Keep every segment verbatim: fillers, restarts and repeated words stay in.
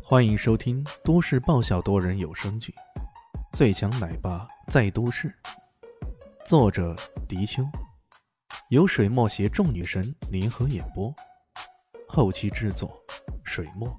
欢迎收听都市爆笑多人有声剧《最强奶爸在都市》，作者：迪秋，由水墨携众女神联合演播，后期制作：水墨。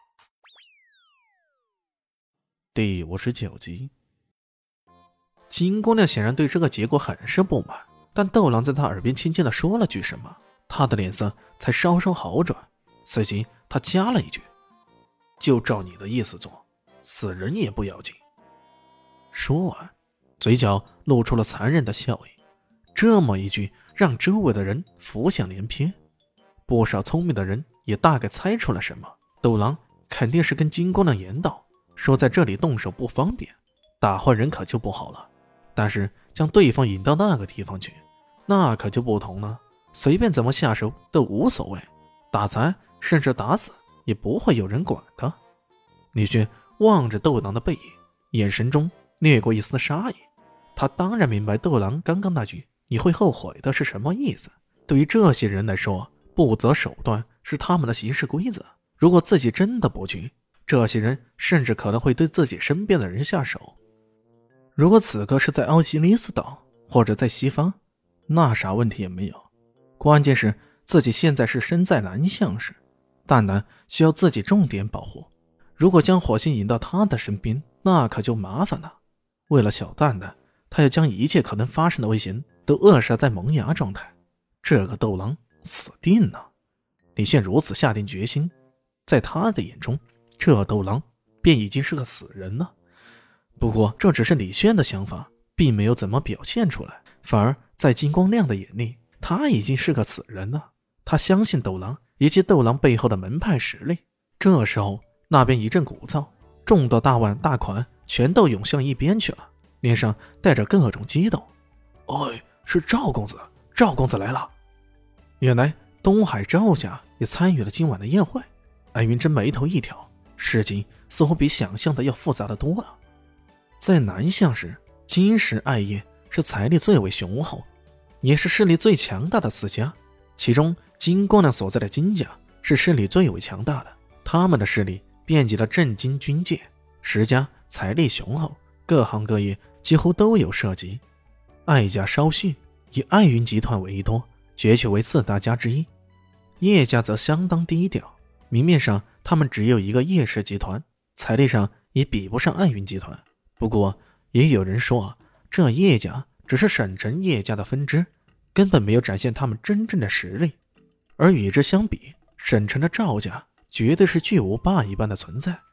第五十九集。金姑娘显然对这个结果很是不满，但斗狼在她耳边轻轻地说了句什么，她的脸色才稍稍好转。随即她加了一句：就照你的意思做，死人也不要紧。说完，嘴角露出了残忍的笑意。这么一句让周围的人浮想联翩，不少聪明的人也大概猜出了什么。斗狼肯定是跟金姑娘言道，说在这里动手不方便，打坏人可就不好了。但是将对方引到那个地方去，那可就不同了，随便怎么下手都无所谓，打残甚至打死也不会有人管的。李轩望着斗狼的背影，眼神中掠过一丝杀意。他当然明白斗狼刚刚那句你会后悔的是什么意思。对于这些人来说，不择手段是他们的行事规则。如果自己真的不去，这些人甚至可能会对自己身边的人下手。如果此刻是在奥西里斯岛或者在西方，那啥问题也没有。关键是自己现在是身在南向市，蛋蛋需要自己重点保护。如果将火星引到他的身边，那可就麻烦了。为了小蛋蛋，他要将一切可能发生的危险都扼杀在萌芽状态。这个斗狼死定了。李炫如此下定决心，在他的眼中，这斗狼便已经是个死人了。不过这只是李炫的想法，并没有怎么表现出来，反而在金光亮的眼里，他已经是个死人了。他相信斗狼以及斗狼背后的门派实力。这时候那边一阵鼓噪，众多大碗大款全都涌向一边去了，脸上带着各种激动。哎，是赵公子，赵公子来了。原来东海赵家也参与了今晚的宴会。安云真眉头一挑，事情似乎比想象的要复杂的多啊。在南向时，金石爱业是财力最为雄厚，也是势力最强大的四家，其中金光亮所在的金家是势力最为强大的，他们的势力遍及了震惊军界，十家财力雄厚，各行各业几乎都有涉及。爱家稍逊，以爱云集团为多，攫取为四大家之一。叶家则相当低调，明面上他们只有一个叶氏集团，财力上也比不上爱云集团。不过也有人说，这叶家只是省城叶家的分支，根本没有展现他们真正的实力。而与之相比，省城的赵家绝对是巨无霸一般的存在。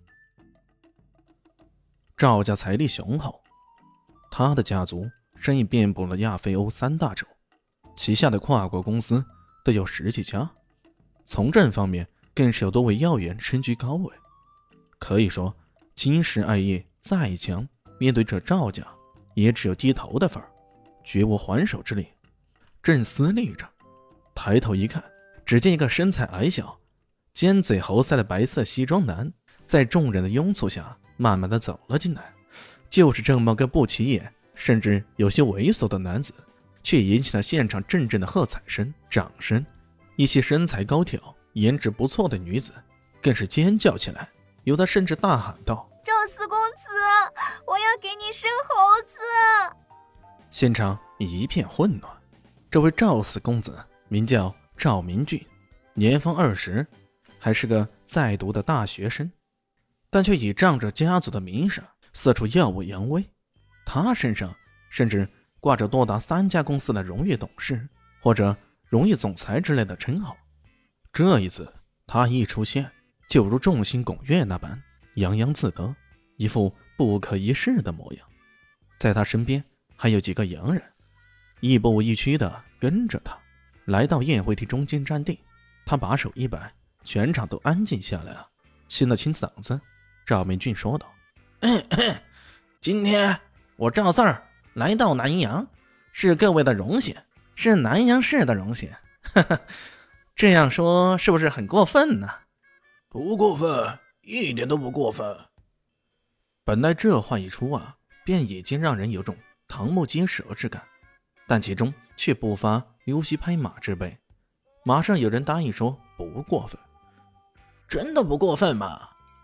赵家财力雄厚，他的家族生意遍布了亚非欧三大洲，旗下的跨国公司都有十几家，从政方面更是有多位要员身居高位。可以说金石爱业再强，面对这赵家也只有低头的份儿，绝无还手之力。正思虑着，抬头一看，只见一个身材矮小、尖嘴猴腮的白色西装男在众人的拥簇下慢慢地走了进来。就是这么个不起眼甚至有些猥琐的男子，却引起了现场阵阵的喝彩声、掌声。一些身材高挑、颜值不错的女子更是尖叫起来，有的甚至大喊道： 赵四公子，我要给你生猴子！ 现场一片混乱。这位赵四公子名叫赵明俊，年方二十，还是个在读的大学生，但却倚仗着家族的名声四处耀武扬威。他身上甚至挂着多达三家公司的荣誉董事或者荣誉总裁之类的称号。这一次他一出现，就如众星拱月那般洋洋自得，一副不可一世的模样。在他身边还有几个洋人，亦步亦趋地跟着他来到宴会厅中间站定。他把手一摆，全场都安静下来了。清了清嗓子，赵明俊说道：今天我赵四儿来到南阳，是各位的荣幸，是南阳市的荣幸。这样说是不是很过分呢？ 不过分，一点都不过分。 本来这话一出啊，便已经让人有种瞠目结舌之感，但其中却不乏溜须拍马之辈。马上有人答应说不过分。 真的不过分吗？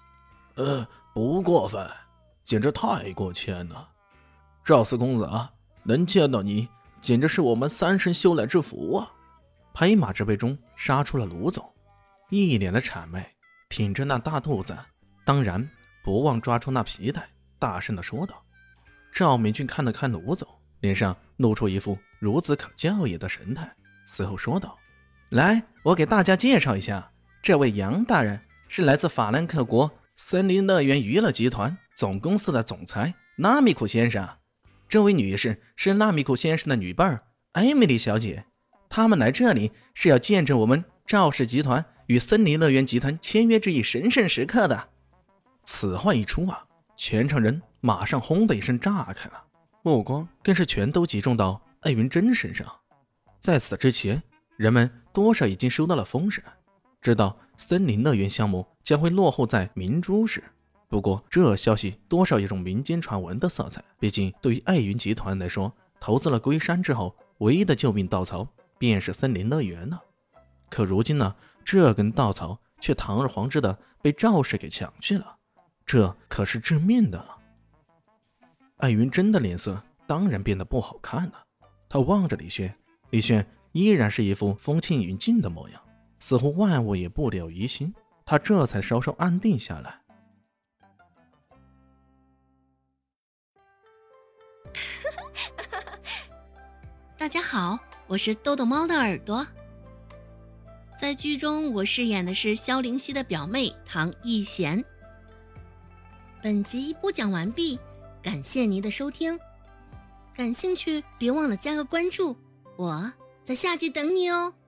呃，不过分，简直太过谦了。赵四公子啊，能见到你，简直是我们三生修来之福啊！ 拍马之辈中杀出了卢总，一脸的谄媚，挺着那大肚子，当然不忘抓住那皮带，大声地说道。赵明俊看了看卢总，脸上露出一副孺子可教也的神态，随后说道：来，我给大家介绍一下，这位杨大人是来自法兰克国森林乐园娱乐集团总公司的总裁纳米库先生，这位女士是纳米库先生的女伴儿艾米丽小姐，他们来这里是要见证我们赵氏集团与森林乐园集团签约之一神圣时刻的。此话一出啊，全场人马上轰的一声炸开了，目光更是全都集中到艾云珍身上。在此之前，人们多少已经收到了风声，知道森林乐园项目将会落户在明珠市。不过这消息多少有种民间传闻的色彩，毕竟对于艾云集团来说，投资了龟山之后，唯一的救命稻草便是森林乐园了。可如今呢，这根稻草却堂而皇之的被赵氏给抢去了，这可是致命的。艾云珍的脸色当然变得不好看了，他望着李轩，李轩依然是一副风轻云静的模样，似乎万物也不了于心，他这才稍稍安定下来。 大家好，我是豆豆猫的耳朵。在剧中我饰演的是萧灵溪的表妹唐艺贤。本集播讲完毕，感谢您的收听，感兴趣别忘了加个关注，我在下集等你哦。